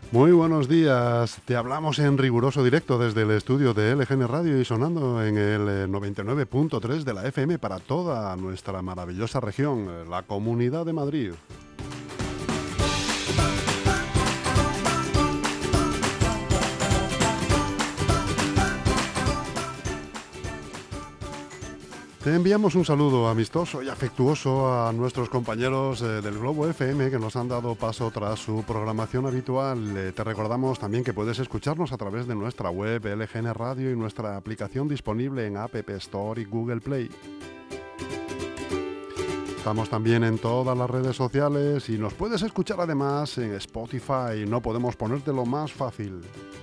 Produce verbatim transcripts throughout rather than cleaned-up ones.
Muy buenos días, te hablamos en riguroso directo desde el estudio de L G N Radio y sonando en el noventa y nueve punto tres de la F M para toda nuestra maravillosa región, la Comunidad de Madrid. Te enviamos un saludo amistoso y afectuoso a nuestros compañeros eh, del Globo F M que nos han dado paso tras su programación habitual. Eh, te recordamos también que puedes escucharnos a través de nuestra web L G N Radio y nuestra aplicación disponible en App Store y Google Play. Estamos también en todas las redes sociales y nos puedes escuchar además en Spotify. No podemos ponértelo más fácil.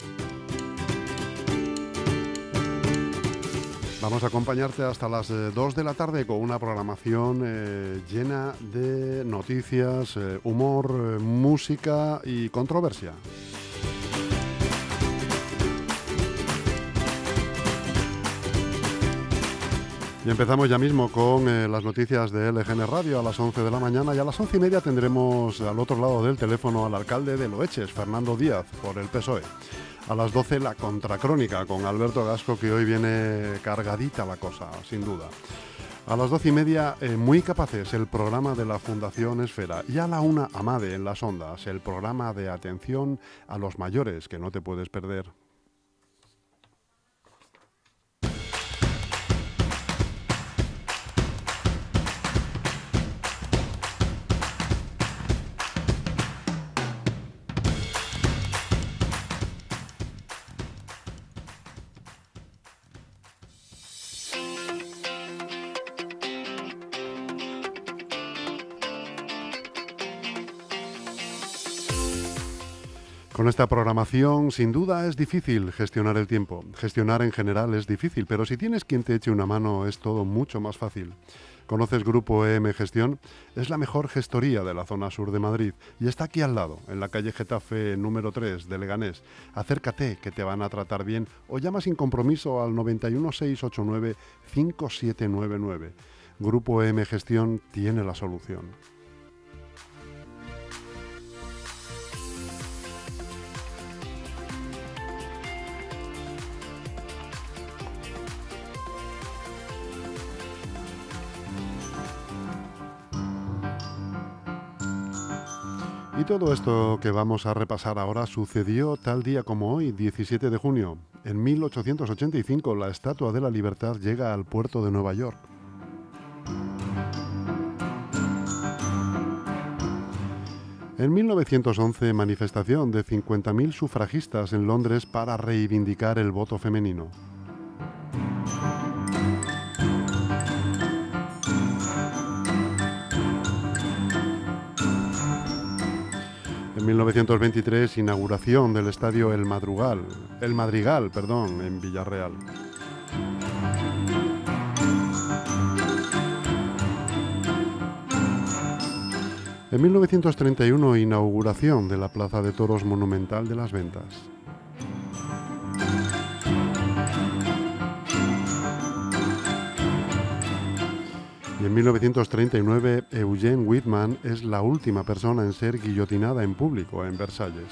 Vamos a acompañarte hasta las eh, dos de la tarde con una programación eh, llena de noticias, eh, humor, eh, música y controversia. Y empezamos ya mismo con eh, las noticias de L G N Radio a las once de la mañana y a las once y media tendremos al otro lado del teléfono al alcalde de Loeches, Fernando Díaz, por el P S O E. A las doce la contracrónica con Alberto Gasco, que hoy viene cargadita la cosa, sin duda. A las doce y media, eh, Muy Capaces, el programa de la Fundación Esfera. Y a la una, Amade en las Ondas, el programa de atención a los mayores que no te puedes perder. Con esta programación, sin duda, es difícil gestionar el tiempo. Gestionar en general es difícil, pero si tienes quien te eche una mano, es todo mucho más fácil. ¿Conoces Grupo E M Gestión? Es la mejor gestoría de la zona sur de Madrid y está aquí al lado, en la calle Getafe número tres de Leganés. Acércate, que te van a tratar bien, o llama sin compromiso al noventa y uno, seiscientos ochenta y nueve, cincuenta y siete noventa y nueve. Grupo E M Gestión tiene la solución. Y todo esto que vamos a repasar ahora sucedió tal día como hoy, diecisiete de junio. En mil ochocientos ochenta y cinco, la Estatua de la Libertad llega al puerto de Nueva York. En mil novecientos once, manifestación de cincuenta mil sufragistas en Londres para reivindicar el voto femenino. En mil novecientos veintitrés, inauguración del estadio El Madrugal, El Madrigal, perdón, en Villarreal. En mil novecientos treinta y uno, inauguración de la Plaza de Toros Monumental de las Ventas. Y en mil novecientos treinta y nueve, Eugene Whitman es la última persona en ser guillotinada en público en Versalles.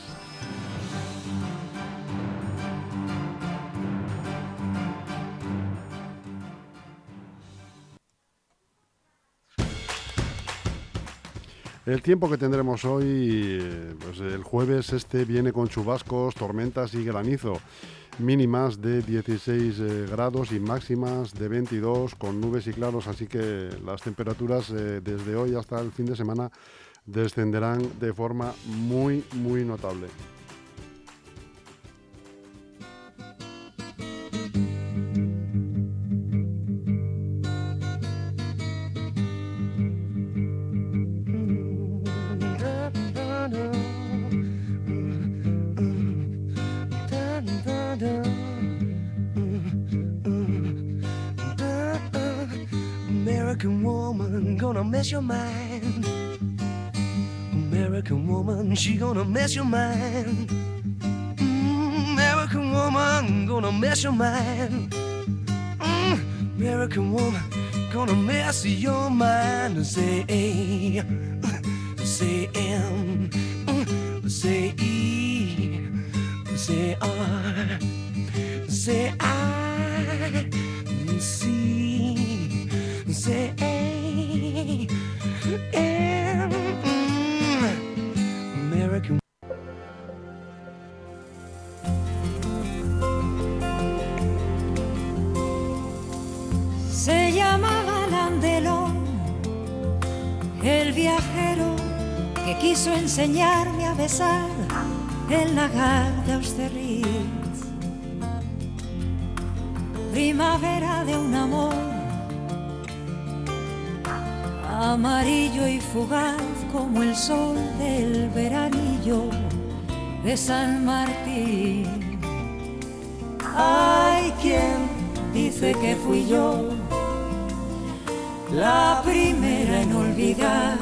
El tiempo que tendremos hoy, pues el jueves este viene con chubascos, tormentas y granizo. Mínimas de dieciséis eh, grados y máximas de veintidós con nubes y claros, así que las temperaturas eh, desde hoy hasta el fin de semana descenderán de forma muy, muy notable. American woman gonna mess your mind. American woman, she gonna mess your mind. Mm, American woman gonna mess your mind. Mm, American woman gonna mess your mind. Say A, say M, say E, say R, say I, C, say A, M, American. Se llamaba Landelón, el viajero que quiso enseñarme a besar el lagar de Austerlitz. Primavera de un amor amarillo y fugaz como el sol del veranillo de San Martín. Hay quien dice que fui yo la primera en olvidar,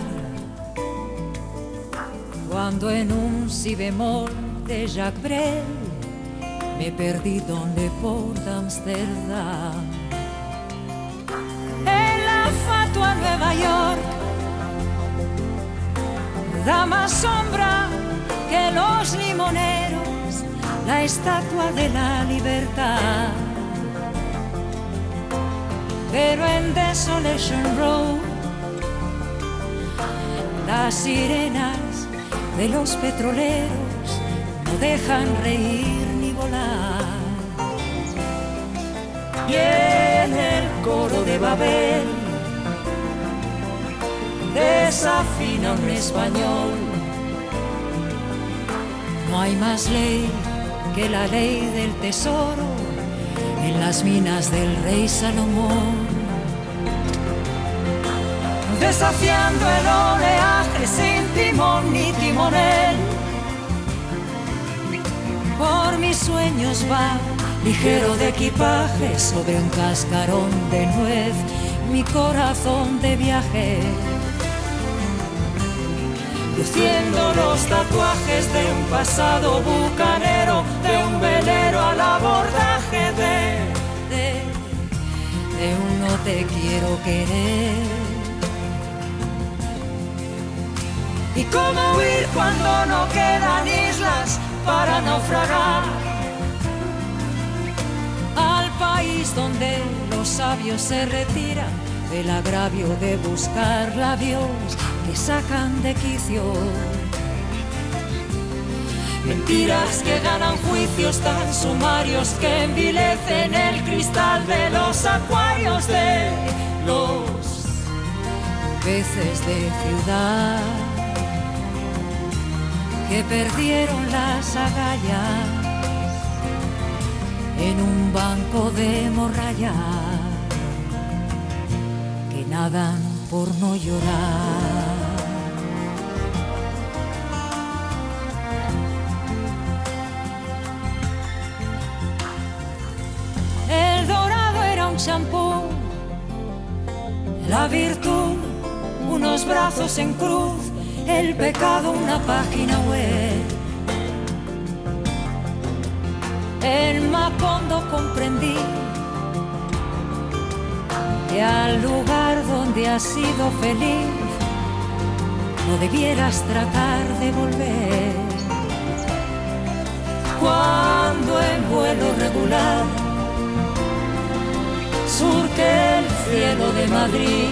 cuando en un si bemol de Jacques Brel me perdí donde por Amsterdam. En la fatua Nueva York da más sombra que los limoneros la estatua de la libertad. Pero en Desolation Row las sirenas de los petroleros no dejan reír ni volar. Y en el coro de Babel desafina un español. No hay más ley que la ley del tesoro en las minas del rey Salomón. Desafiando el oleaje sin timón ni timonel, por mis sueños va ligero de equipaje sobre un cascarón de nuez mi corazón de viaje, luciendo los tatuajes de un pasado bucanero, de un velero al abordaje de, de, de un no te quiero querer. ¿Y cómo huir cuando no quedan islas para naufragar? Al país donde los sabios se retiran del agravio de buscar labios que sacan de quicio. Mentiras que ganan juicios tan sumarios que envilecen el cristal de los acuarios de los peces de ciudad que perdieron las agallas en un banco de morralla, que nadan por no llorar. El dorado era un champú, la virtud unos brazos en cruz, el pecado una página web. En Macondo comprendí que al lugar donde has sido feliz no debieras tratar de volver. Cuando en vuelo regular surque el cielo de Madrid,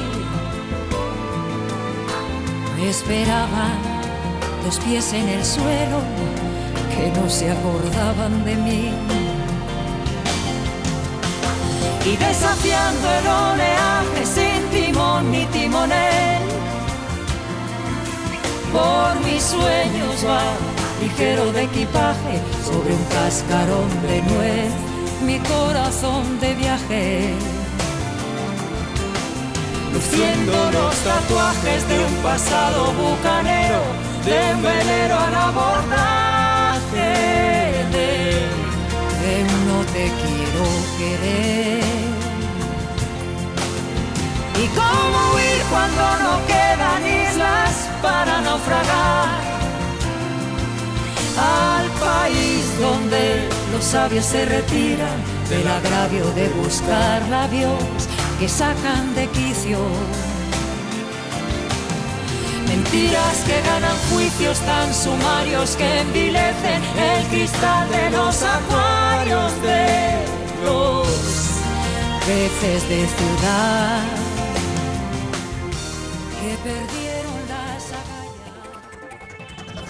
me esperaban los pies en el suelo que no se acordaban de mí. Y desafiando el oleaje sin timón ni timonel, por mis sueños va ligero de equipaje sobre un cascarón de nuez mi corazón de viaje, luciendo los tatuajes de un pasado bucanero, de un velero al abordaje de, de un no te quiero querer. ¿Y cómo huir cuando no quedan islas para naufragar? Al país donde los sabios se retiran del agravio de buscar labios que sacan de quicio. mentiras que ganan juicios tan sumarios que envilecen el cristal de los acuarios de los peces de ciudad que perdieron las agallas.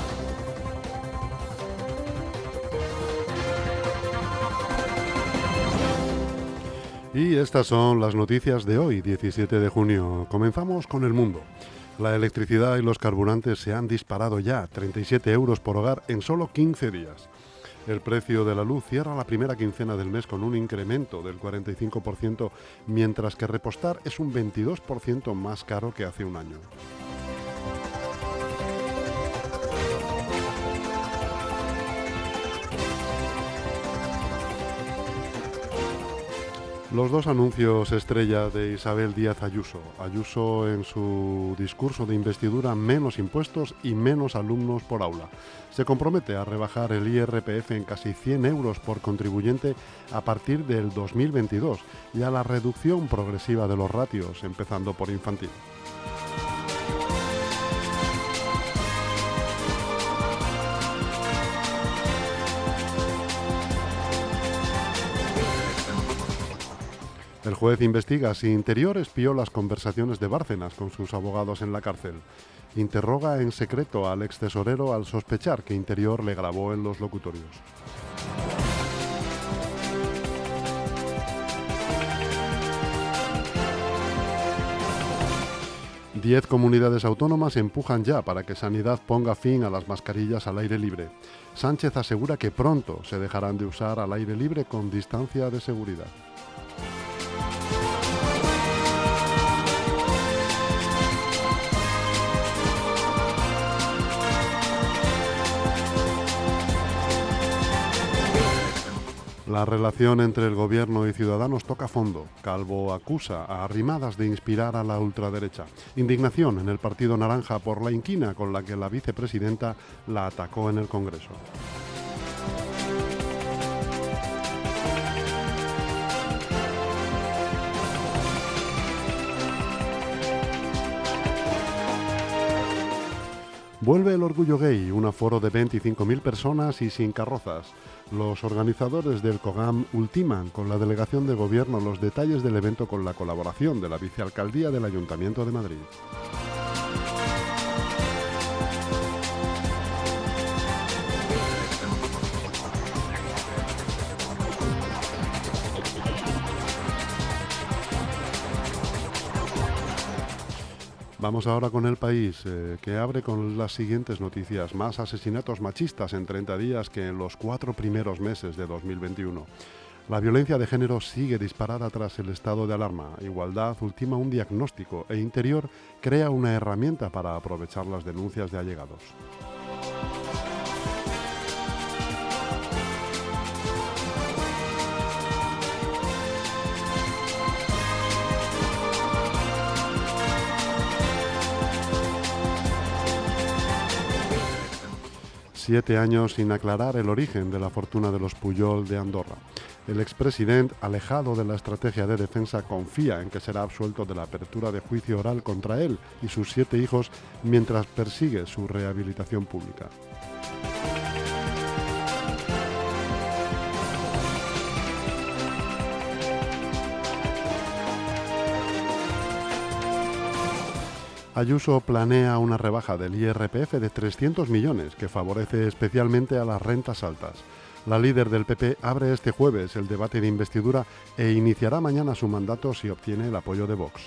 Y estas son las noticias de hoy, diecisiete de junio. Comenzamos con el mundo. La electricidad y los carburantes se han disparado ya, treinta y siete euros por hogar en solo quince días. El precio de la luz cierra la primera quincena del mes con un incremento del cuarenta y cinco por ciento, mientras que repostar es un veintidós por ciento más caro que hace un año. Los dos anuncios estrella de Isabel Díaz Ayuso. Ayuso en su discurso de investidura, menos impuestos y menos alumnos por aula. Se compromete a rebajar el I R P F en casi cien euros por contribuyente a partir del dos mil veintidós y a la reducción progresiva de los ratios, empezando por infantil. El juez investiga si Interior espió las conversaciones de Bárcenas con sus abogados en la cárcel. Interroga en secreto al extesorero al sospechar que Interior le grabó en los locutorios. Diez comunidades autónomas empujan ya para que Sanidad ponga fin a las mascarillas al aire libre. Sánchez asegura que pronto se dejarán de usar al aire libre con distancia de seguridad. La relación entre el gobierno y Ciudadanos toca fondo. Calvo acusa a Arrimadas de inspirar a la ultraderecha. Indignación en el Partido Naranja por la inquina con la que la vicepresidenta la atacó en el Congreso. Vuelve el Orgullo Gay, un aforo de veinticinco mil personas y sin carrozas. Los organizadores del COGAM ultiman con la delegación de gobierno los detalles del evento con la colaboración de la vicealcaldía del Ayuntamiento de Madrid. Vamos ahora con El País, eh, que abre con las siguientes noticias. Más asesinatos machistas en treinta días que en los cuatro primeros meses de dos mil veintiuno. La violencia de género sigue disparada tras el estado de alarma. Igualdad ultima un diagnóstico e Interior crea una herramienta para aprovechar las denuncias de allegados. Siete años sin aclarar el origen de la fortuna de los Pujol de Andorra. El expresidente, alejado de la estrategia de defensa, confía en que será absuelto de la apertura de juicio oral contra él y sus siete hijos mientras persigue su rehabilitación pública. Ayuso planea una rebaja del I R P F de trescientos millones que favorece especialmente a las rentas altas. La líder del P P abre este jueves el debate de investidura e iniciará mañana su mandato si obtiene el apoyo de Vox.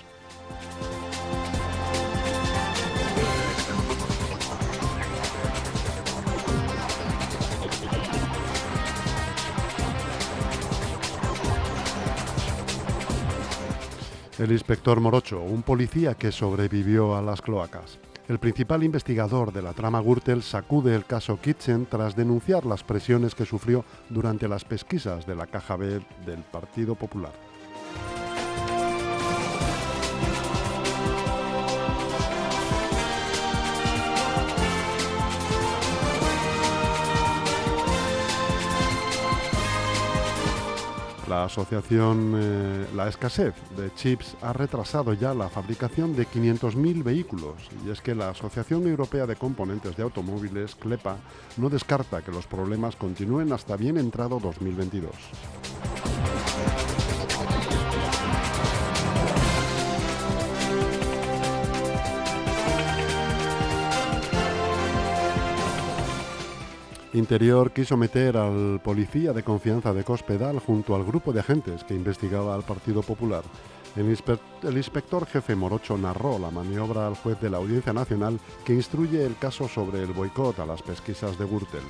El inspector Morocho, un policía que sobrevivió a las cloacas. El principal investigador de la trama Gürtel sacude el caso Kitchen tras denunciar las presiones que sufrió durante las pesquisas de la Caja B del Partido Popular. La asociación, eh, la escasez de chips ha retrasado ya la fabricación de quinientos mil vehículos, y es que la Asociación Europea de Componentes de Automóviles, CLEPA, no descarta que los problemas continúen hasta bien entrado dos mil veintidós. Interior quiso meter al policía de confianza de Cospedal junto al grupo de agentes que investigaba al Partido Popular. El, inspe- el inspector jefe Morocho narró la maniobra al juez de la Audiencia Nacional que instruye el caso sobre el boicot a las pesquisas de Gürtel.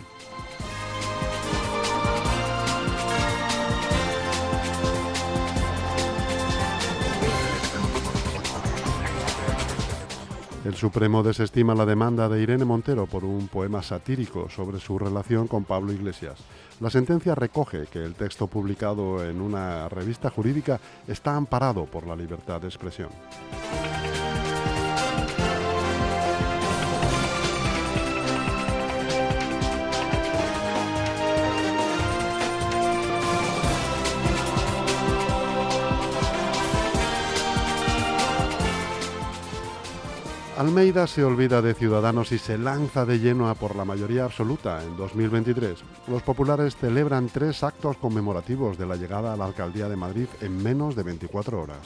El Supremo desestima la demanda de Irene Montero por un poema satírico sobre su relación con Pablo Iglesias. La sentencia recoge que el texto publicado en una revista jurídica está amparado por la libertad de expresión. Almeida se olvida de Ciudadanos y se lanza de lleno a por la mayoría absoluta en dos mil veintitrés. Los populares celebran tres actos conmemorativos de la llegada a la alcaldía de Madrid en menos de veinticuatro horas.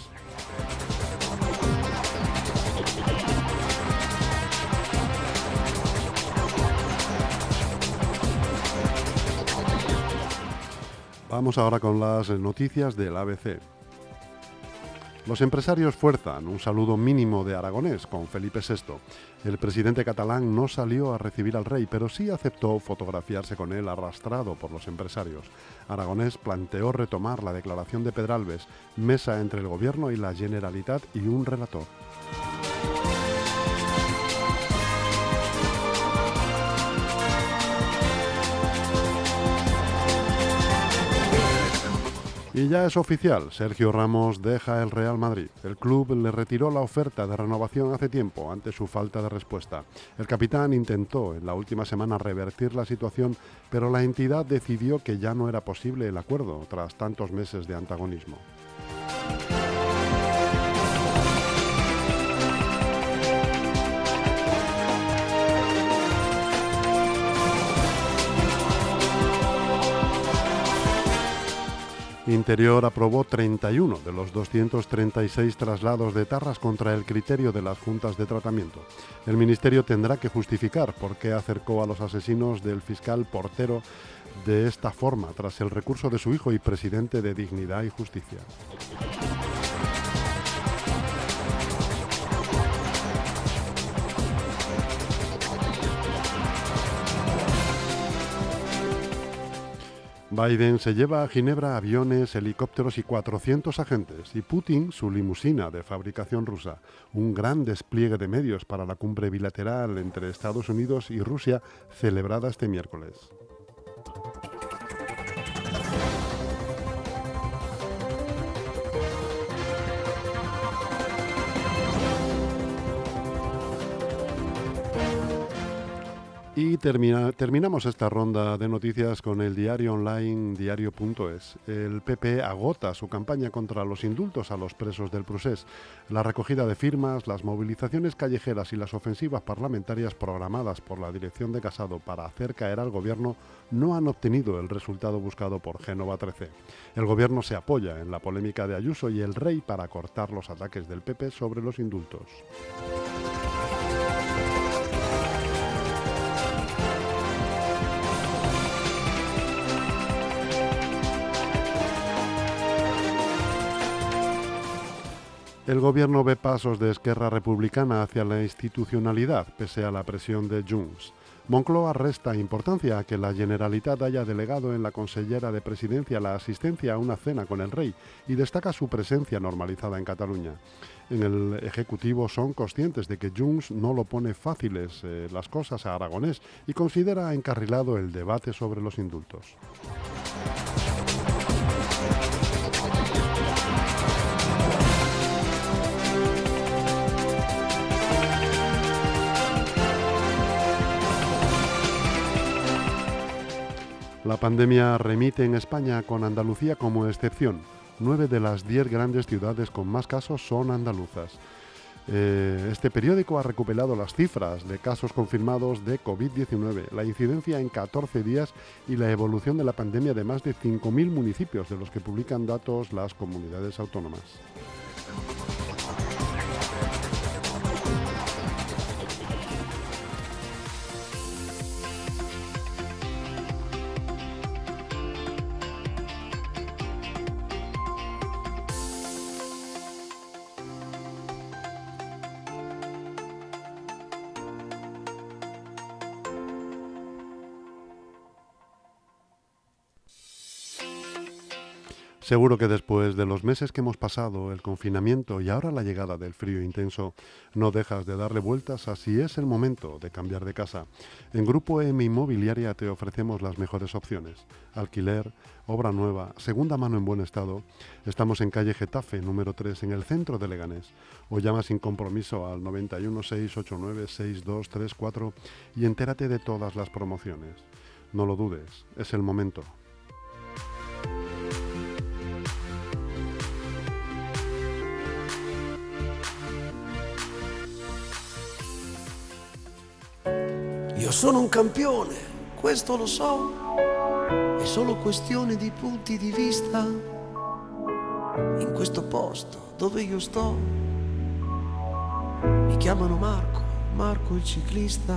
Vamos ahora con las noticias del A B C. Los empresarios fuerzan un saludo mínimo de Aragonés con Felipe sexto. El presidente catalán no salió a recibir al rey, pero sí aceptó fotografiarse con él arrastrado por los empresarios. Aragonés planteó retomar la declaración de Pedralbes, mesa entre el gobierno y la Generalitat y un relator. Y ya es oficial, Sergio Ramos deja el Real Madrid. El club le retiró la oferta de renovación hace tiempo ante su falta de respuesta. El capitán intentó en la última semana revertir la situación, pero la entidad decidió que ya no era posible el acuerdo tras tantos meses de antagonismo. Interior aprobó treinta y uno de los doscientos treinta y seis traslados de etarras contra el criterio de las juntas de tratamiento. El Ministerio tendrá que justificar por qué acercó a los asesinos del fiscal Portero de esta forma, tras el recurso de su hijo y presidente de Dignidad y Justicia. Biden se lleva a Ginebra aviones, helicópteros y cuatrocientos agentes, y Putin su limusina de fabricación rusa. Un gran despliegue de medios para la cumbre bilateral entre Estados Unidos y Rusia celebrada este miércoles. Y termina, terminamos esta ronda de noticias con el diario online diario punto es. El P P agota su campaña contra los indultos a los presos del Procés. La recogida de firmas, las movilizaciones callejeras y las ofensivas parlamentarias programadas por la dirección de Casado para hacer caer al gobierno no han obtenido el resultado buscado por Génova trece. El gobierno se apoya en la polémica de Ayuso y el Rey para cortar los ataques del P P sobre los indultos. El gobierno ve pasos de Esquerra Republicana hacia la institucionalidad, pese a la presión de Junts. Moncloa resta importancia a que la Generalitat haya delegado en la consellera de Presidencia la asistencia a una cena con el rey y destaca su presencia normalizada en Cataluña. En el Ejecutivo son conscientes de que Junts no lo pone fáciles eh, las cosas a Aragonés y considera encarrilado el debate sobre los indultos. La pandemia remite en España con Andalucía como excepción. Nueve de las diez grandes ciudades con más casos son andaluzas. Eh, este periódico ha recuperado las cifras de casos confirmados de covid diecinueve, la incidencia en catorce días y la evolución de la pandemia de más de cinco mil municipios, de los que publican datos las comunidades autónomas. Seguro que después de los meses que hemos pasado, el confinamiento y ahora la llegada del frío intenso, no dejas de darle vueltas a si es el momento de cambiar de casa. En Grupo M Inmobiliaria te ofrecemos las mejores opciones: alquiler, obra nueva, segunda mano en buen estado. Estamos en calle Getafe, número tres, en el centro de Leganés. O llama sin compromiso al noventa y uno, seiscientos ochenta y nueve, sesenta y dos treinta y cuatro y entérate de todas las promociones. No lo dudes, es el momento. Io sono un campione, questo lo so, è solo questione di punti di vista. In questo posto dove io sto, mi chiamano Marco, Marco il ciclista.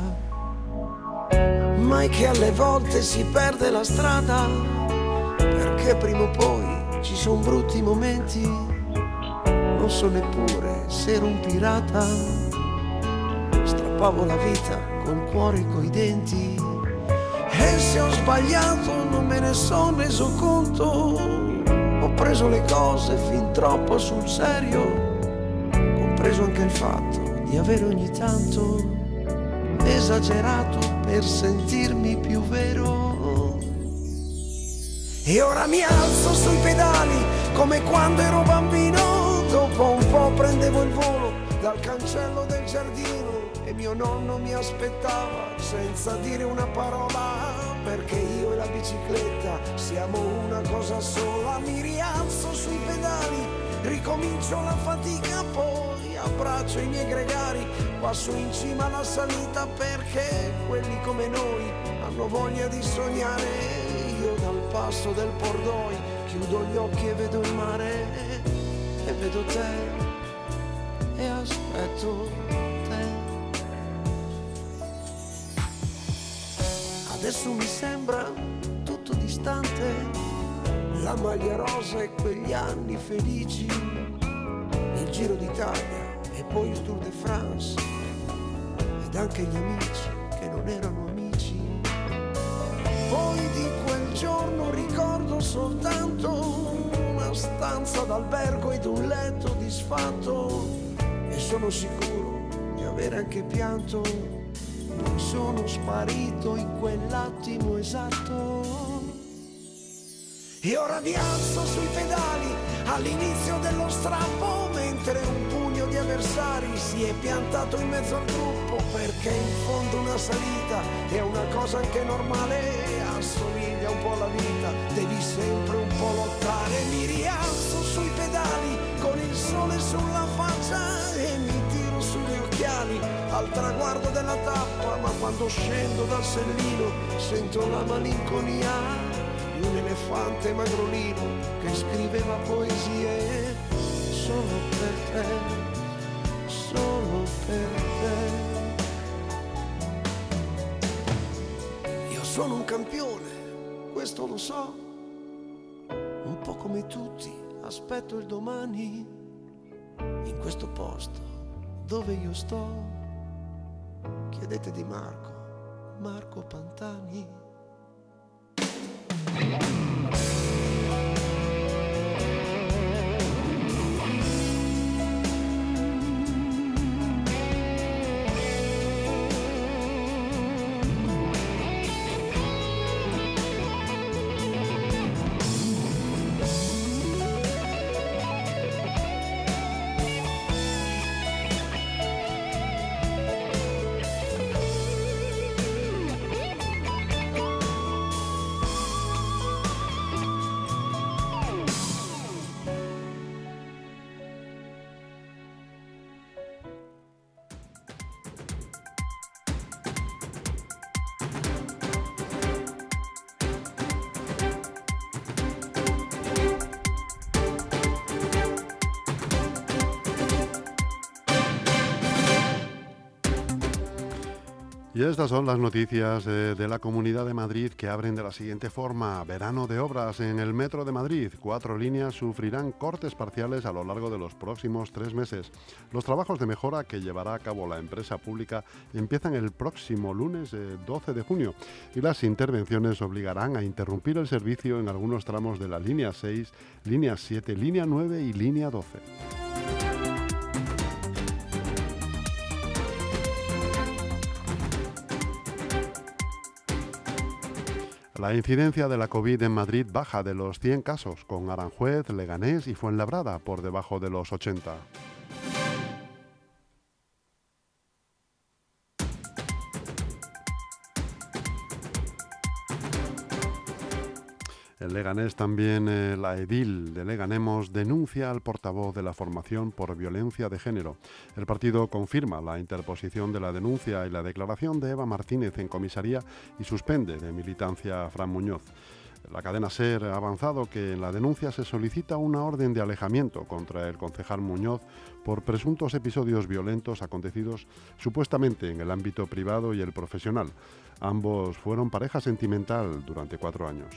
Ma è che alle volte si perde la strada, perché prima o poi ci sono brutti momenti. Non so neppure se ero un pirata, strappavo la vita col cuore e coi denti, e se ho sbagliato non me ne sono reso conto. Ho preso le cose fin troppo sul serio, compreso anche il fatto di avere ogni tanto esagerato per sentirmi più vero. E ora mi alzo sui pedali come quando ero bambino, dopo un po' prendevo il volo dal cancello del giardino e mio nonno mi aspettava senza dire una parola, perché io e la bicicletta siamo una cosa sola. Mi rialzo sui pedali, ricomincio la fatica, poi abbraccio i miei gregari qua su in cima alla salita, perché quelli come noi hanno voglia di sognare. Io dal passo del Pordoi chiudo gli occhi e vedo il mare, e vedo te e aspetto te. Adesso mi sembra tutto distante, la maglia rosa e quegli anni felici, il Giro d'Italia e poi il Tour de France, ed anche gli amici che non erano amici. Poi di quel giorno ricordo soltanto una stanza d'albergo ed un letto disfatto, e sono sicuro di aver anche pianto. Poi sono sparito in quell'attimo esatto. E ora mi alzo sui pedali all'inizio dello strappo, mentre un pugno di avversari si è piantato in mezzo al gruppo, perché in fondo una salita è una cosa anche normale, assomiglia un po' alla vita, devi sempre un po' lottare. Mi rialzo sui pedali con il sole sulla faccia e mi tiro sugli occhiali al traguardo della tappa, ma quando scendo dal sellino sento la malinconia di un elefante magrolino che scriveva poesie solo per te, solo per te. Io sono un campione, questo lo so, un po' come tutti, aspetto il domani. In questo posto dove io sto, chiedete di Marco, Marco Pantani. Y estas son las noticias eh, de la Comunidad de Madrid, que abren de la siguiente forma. Verano de obras en el Metro de Madrid. Cuatro líneas sufrirán cortes parciales a lo largo de los próximos tres meses. Los trabajos de mejora que llevará a cabo la empresa pública empiezan el próximo lunes eh, doce de junio y las intervenciones obligarán a interrumpir el servicio en algunos tramos de la línea seis, línea siete, línea nueve y línea doce. La incidencia de la COVID en Madrid baja de los cien casos, con Aranjuez, Leganés y Fuenlabrada por debajo de los ochenta. En Leganés también eh, la edil de Leganemos denuncia al portavoz de la formación por violencia de género. El partido confirma la interposición de la denuncia y la declaración de Eva Martínez en comisaría y suspende de militancia a Fran Muñoz. La cadena SER ha avanzado que en la denuncia se solicita una orden de alejamiento contra el concejal Muñoz por presuntos episodios violentos acontecidos supuestamente en el ámbito privado y el profesional. Ambos fueron pareja sentimental durante cuatro años.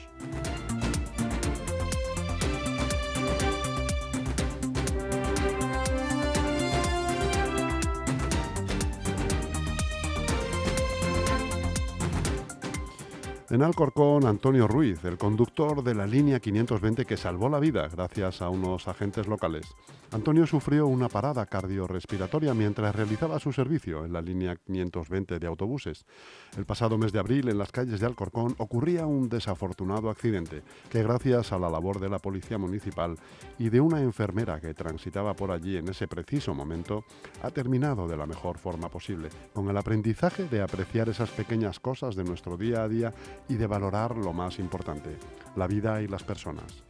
En Alcorcón, Antonio Ruiz, el conductor de la línea quinientos veinte que salvó la vida gracias a unos agentes locales. Antonio sufrió una parada cardiorrespiratoria mientras realizaba su servicio en la línea quinientos veinte de autobuses. El pasado mes de abril, en las calles de Alcorcón, ocurría un desafortunado accidente que, gracias a la labor de la policía municipal y de una enfermera que transitaba por allí en ese preciso momento, ha terminado de la mejor forma posible, con el aprendizaje de apreciar esas pequeñas cosas de nuestro día a día y de valorar lo más importante, la vida y las personas.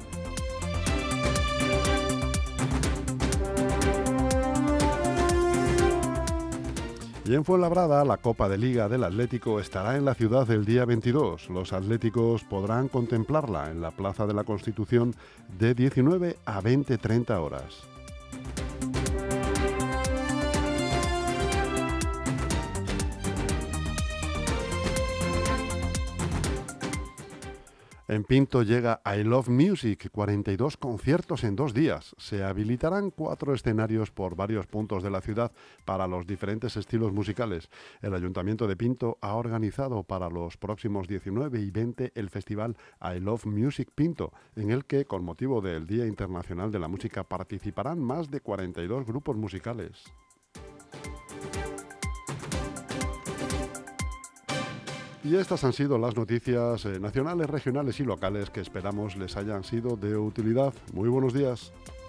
Y en Fuenlabrada, la Copa de Liga del Atlético estará en la ciudad el día veintidós. Los atléticos podrán contemplarla en la Plaza de la Constitución de diecinueve a veinte treinta horas. En Pinto llega I Love Music, cuarenta y dos conciertos en dos días. Se habilitarán cuatro escenarios por varios puntos de la ciudad para los diferentes estilos musicales. El Ayuntamiento de Pinto ha organizado para los próximos diecinueve y veinte el festival I Love Music Pinto, en el que, con motivo del Día Internacional de la Música, participarán más de cuarenta y dos grupos musicales. Y estas han sido las noticias eh, nacionales, regionales y locales que esperamos les hayan sido de utilidad. Muy buenos días.